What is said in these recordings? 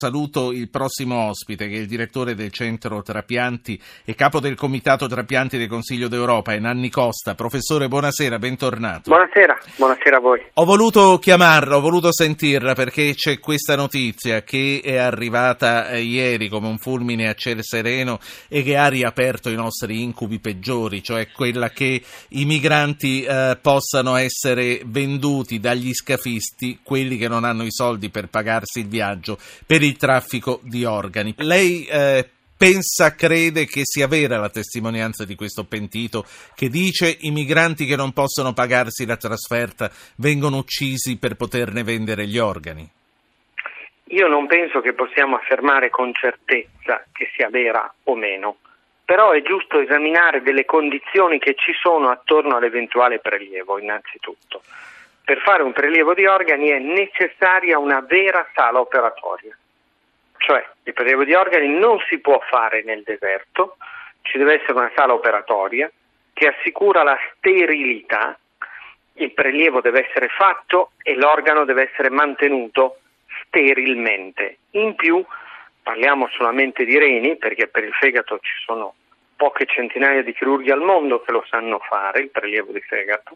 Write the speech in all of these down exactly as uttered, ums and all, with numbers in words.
Saluto il prossimo ospite, che è il direttore del Centro Trapianti e capo del Comitato Trapianti del Consiglio d'Europa, è Nanni Costa. Professore, buonasera, bentornato. Buonasera, buonasera a voi. Ho voluto chiamarla, ho voluto sentirla perché c'è questa notizia che è arrivata eh, ieri come un fulmine a ciel sereno e che ha riaperto i nostri incubi peggiori, cioè quella che i migranti eh, possano essere venduti dagli scafisti, quelli che non hanno i soldi per pagarsi il viaggio, per il traffico di organi. Lei eh, pensa, crede che sia vera la testimonianza di questo pentito che dice i migranti che non possono pagarsi la trasferta vengono uccisi per poterne vendere gli organi? Io non penso che possiamo affermare con certezza che sia vera o meno, però è giusto esaminare delle condizioni che ci sono attorno all'eventuale prelievo, innanzitutto. Per fare un prelievo di organi è necessaria una vera sala operatoria. Cioè, il prelievo di organi non si può fare nel deserto, ci deve essere una sala operatoria che assicura la sterilità, il prelievo deve essere fatto e l'organo deve essere mantenuto sterilmente. In più, parliamo solamente di reni, perché per il fegato ci sono poche centinaia di chirurghi al mondo che lo sanno fare, il prelievo di fegato,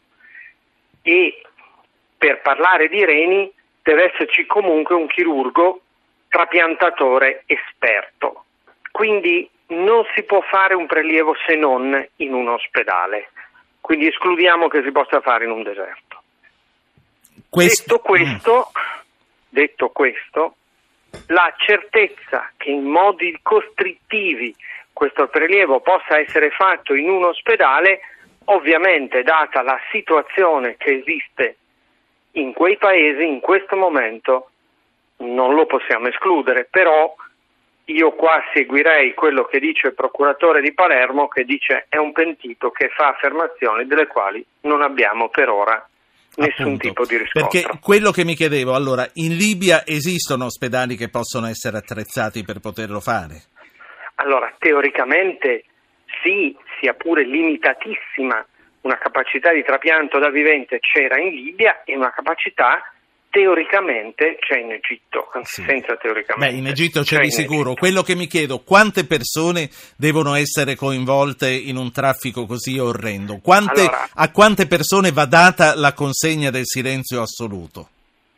e per parlare di reni deve esserci comunque un chirurgo trapiantatore esperto, quindi non si può fare un prelievo se non in un ospedale, quindi escludiamo che si possa fare in un deserto. Questo... Detto questo, detto questo, la certezza che in modi costrittivi questo prelievo possa essere fatto in un ospedale, ovviamente data la situazione che esiste in quei paesi in questo momento, non lo possiamo escludere, però io qua seguirei quello che dice il procuratore di Palermo, che dice è un pentito che fa affermazioni delle quali non abbiamo per ora nessun Appunto, tipo di riscontro. Perché quello che mi chiedevo, allora, in Libia esistono ospedali che possono essere attrezzati per poterlo fare? Allora, teoricamente sì, sia pure limitatissima, una capacità di trapianto da vivente c'era in Libia e una capacità teoricamente c'è in Egitto, anzi sì. Senza teoricamente. Beh, in Egitto c'è di sicuro. Egitto. Quello che mi chiedo, quante persone devono essere coinvolte in un traffico così orrendo? Quante, allora, a quante persone va data la consegna del silenzio assoluto?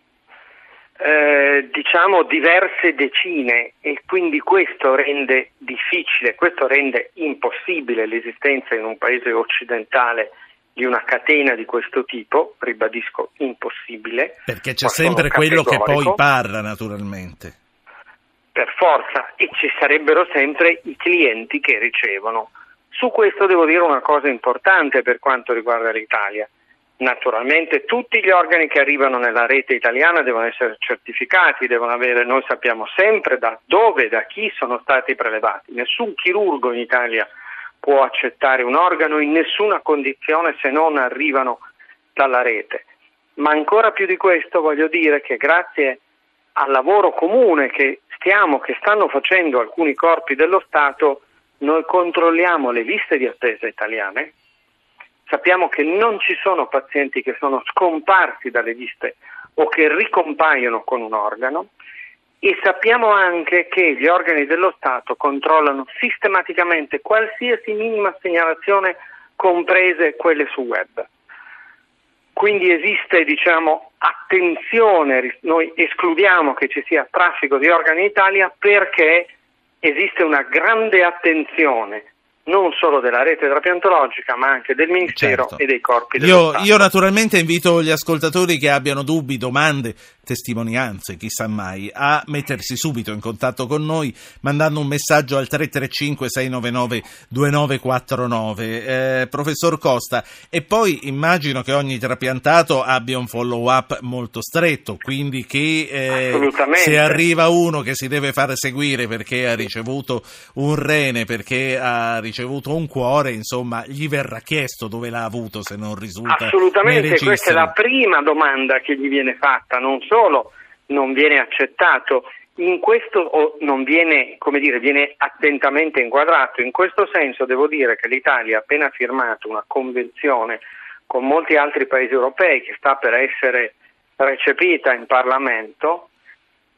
Eh, diciamo diverse decine, e quindi questo rende difficile, questo rende impossibile l'esistenza in un paese occidentale di una catena di questo tipo, ribadisco impossibile. Perché c'è sempre quello che poi parla, naturalmente. Per forza, e ci sarebbero sempre i clienti che ricevono. Su questo devo dire una cosa importante per quanto riguarda l'Italia. Naturalmente tutti gli organi che arrivano nella rete italiana devono essere certificati, devono avere, noi sappiamo sempre da dove, da chi sono stati prelevati. Nessun chirurgo in Italia può accettare un organo in nessuna condizione se non arrivano dalla rete. Ma ancora più di questo voglio dire che grazie al lavoro comune che stiamo, che stanno facendo alcuni corpi dello Stato, noi controlliamo le liste di attesa italiane, sappiamo che non ci sono pazienti che sono scomparsi dalle liste o che ricompaiono con un organo, e sappiamo anche che gli organi dello Stato controllano sistematicamente qualsiasi minima segnalazione, comprese quelle su web. Quindi esiste, diciamo, attenzione, noi escludiamo che ci sia traffico di organi in Italia perché esiste una grande attenzione non solo della rete trapiantologica, ma anche del Ministero, certo, e dei corpi dello io, Stato. Io naturalmente invito gli ascoltatori che abbiano dubbi, domande, testimonianze, chissà mai, a mettersi subito in contatto con noi mandando un messaggio al tre tre cinque sei nove nove due nove quattro nove. Eh, professor Costa, e poi immagino che ogni trapiantato abbia un follow up molto stretto, quindi che eh, se arriva uno che si deve fare seguire perché ha ricevuto un rene, perché ha ricevuto un cuore, insomma, gli verrà chiesto dove l'ha avuto, se non risulta. Assolutamente, questa è la prima domanda che gli viene fatta, non solo non viene accettato, in questo o non viene, come dire, viene attentamente inquadrato. In questo senso devo dire che l'Italia ha appena firmato una convenzione con molti altri paesi europei che sta per essere recepita in Parlamento,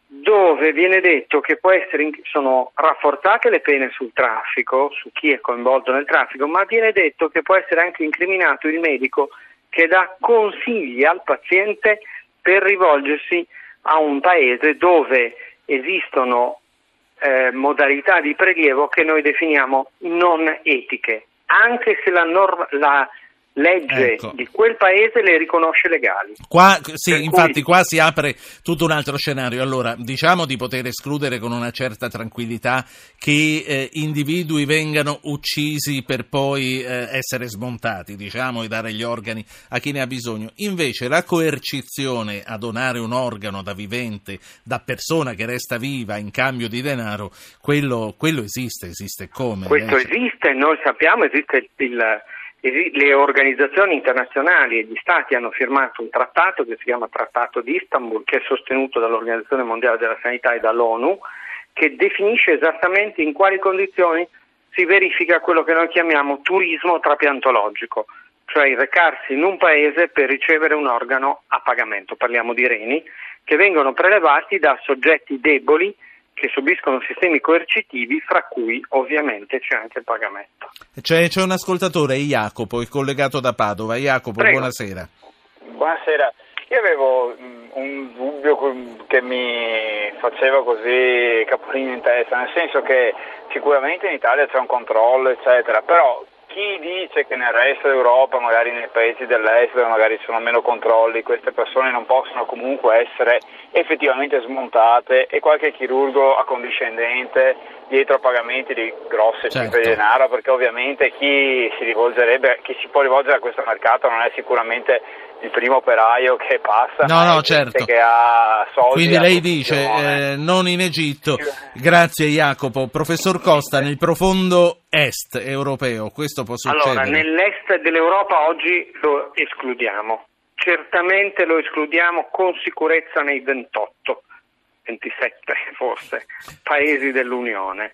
dove viene detto che può essere, sono rafforzate le pene sul traffico, su chi è coinvolto nel traffico, ma viene detto che può essere anche incriminato il medico che dà consigli al paziente per rivolgersi a un paese dove esistono eh, modalità di prelievo che noi definiamo non etiche, anche se la, norma, la legge ecco. di quel paese le riconosce legali. Qua, sì, per infatti cui... qua si apre tutto un altro scenario. Allora, diciamo di poter escludere con una certa tranquillità che eh, individui vengano uccisi per poi eh, essere smontati, diciamo, e dare gli organi a chi ne ha bisogno. Invece la coercizione a donare un organo da vivente, da persona che resta viva in cambio di denaro, quello, quello esiste, esiste come? Questo eh? esiste, noi sappiamo, esiste il... Le organizzazioni internazionali e gli stati hanno firmato un trattato che si chiama Trattato di Istanbul, che è sostenuto dall'Organizzazione Mondiale della Sanità e dall'ONU, che definisce esattamente in quali condizioni si verifica quello che noi chiamiamo turismo trapiantologico, cioè recarsi in un paese per ricevere un organo a pagamento. Parliamo di reni che vengono prelevati da soggetti deboli che subiscono sistemi coercitivi, fra cui ovviamente c'è anche il pagamento. C'è, c'è un ascoltatore, Jacopo, il collegato da Padova. Jacopo, Prego. Buonasera. Buonasera, io avevo un dubbio che mi faceva così capolino in testa, nel senso che sicuramente in Italia c'è un controllo, eccetera, però chi dice che nel resto d'Europa, magari nei paesi dell'est, dove magari ci sono meno controlli, queste persone non possono comunque essere effettivamente smontate e qualche chirurgo accondiscendente dietro a pagamenti di grosse certo. cifre di denaro, perché ovviamente chi si rivolgerebbe, chi si può rivolgere a questo mercato non è sicuramente il primo operaio che passa, no, ma no, è certo. che ha soldi. Quindi lei dice eh, non in Egitto. Grazie Jacopo. Professor Costa, nel profondo est europeo questo può succedere? Allora, nell'est dell'Europa oggi lo escludiamo. Certamente lo escludiamo con sicurezza nei ventotto, ventisette forse, paesi dell'Unione.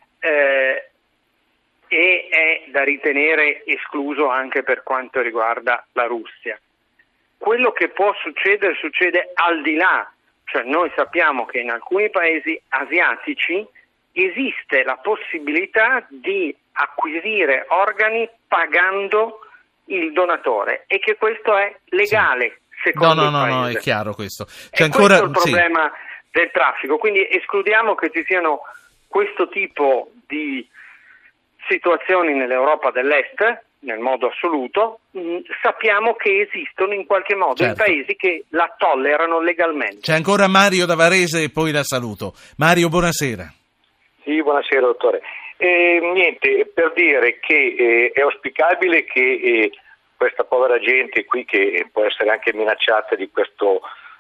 Eh, e è da ritenere escluso anche per quanto riguarda la Russia. Quello che può succedere succede al di là, cioè noi sappiamo che in alcuni paesi asiatici esiste la possibilità di acquisire organi pagando il donatore e che questo è legale sì. secondo no, no, il paese. No, no, è chiaro questo. C'è e ancora... questo è il problema sì. del traffico, quindi escludiamo che ci siano questo tipo di situazioni nell'Europa dell'Est, nel modo assoluto. Mh, sappiamo che esistono in qualche modo certo. in paesi che la tollerano legalmente. C'è ancora Mario da Varese e poi la saluto. Mario, buonasera. Sì, buonasera dottore. Eh, niente, per dire che eh, è auspicabile che eh, questa povera gente qui, che può essere anche minacciata di questo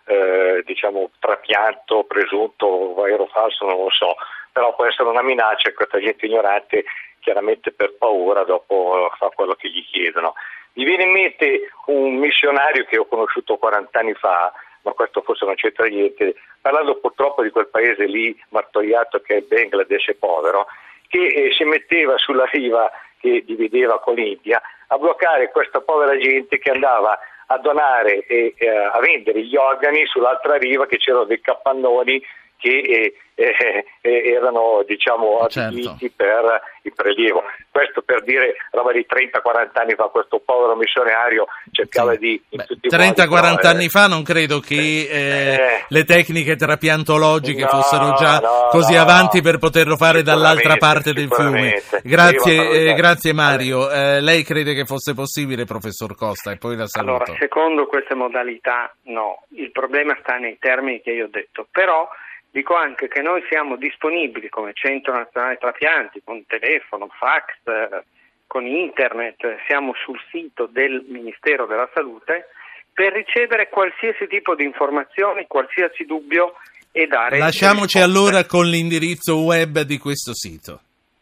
eh, diciamo trapianto presunto vero o falso, non lo so, però può essere una minaccia e questa gente ignorante chiaramente per paura dopo fa quello che gli chiedono. Mi viene in mente un missionario che ho conosciuto quaranta anni fa, ma questo forse non c'entra niente, parlando purtroppo di quel paese lì martoriato che è il Bangladesh e povero, che eh, si metteva sulla riva che divideva con l'India a bloccare questa povera gente che andava a donare e eh, a vendere gli organi sull'altra riva, che c'erano dei capannoni che eh, eh, eh, erano diciamo adibiti certo. per il prelievo. Questo per dire roba di trenta quaranta anni fa, questo povero missionario cercava sì. di in tutti trenta quaranta modi, anni fa non credo che eh, eh, le tecniche trapiantologiche no, fossero già no, così no, avanti per poterlo fare dall'altra parte del fiume. Grazie, eh, grazie Mario. Eh, lei crede che fosse possibile, professor Costa? E poi la saluto. Allora, secondo queste modalità no, il problema sta nei termini che io ho detto, però dico anche che noi siamo disponibili come Centro Nazionale Trapianti, con telefono, fax, eh, con internet, siamo sul sito del Ministero della Salute per ricevere qualsiasi tipo di informazioni, qualsiasi dubbio e dare... Lasciamoci allora con l'indirizzo web di questo sito.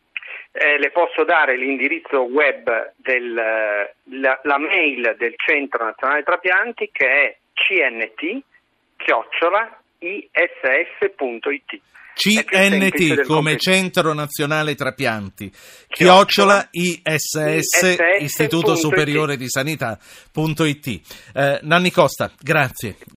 Eh, le posso dare l'indirizzo web, del, la, la mail del Centro Nazionale Trapianti, che è cnt chiocciola I S S punto it. C N T come Centro Nazionale Trapianti, chiocciola I S S, Istituto Superiore di Sanità punto it. Eh, Nanni Costa, grazie.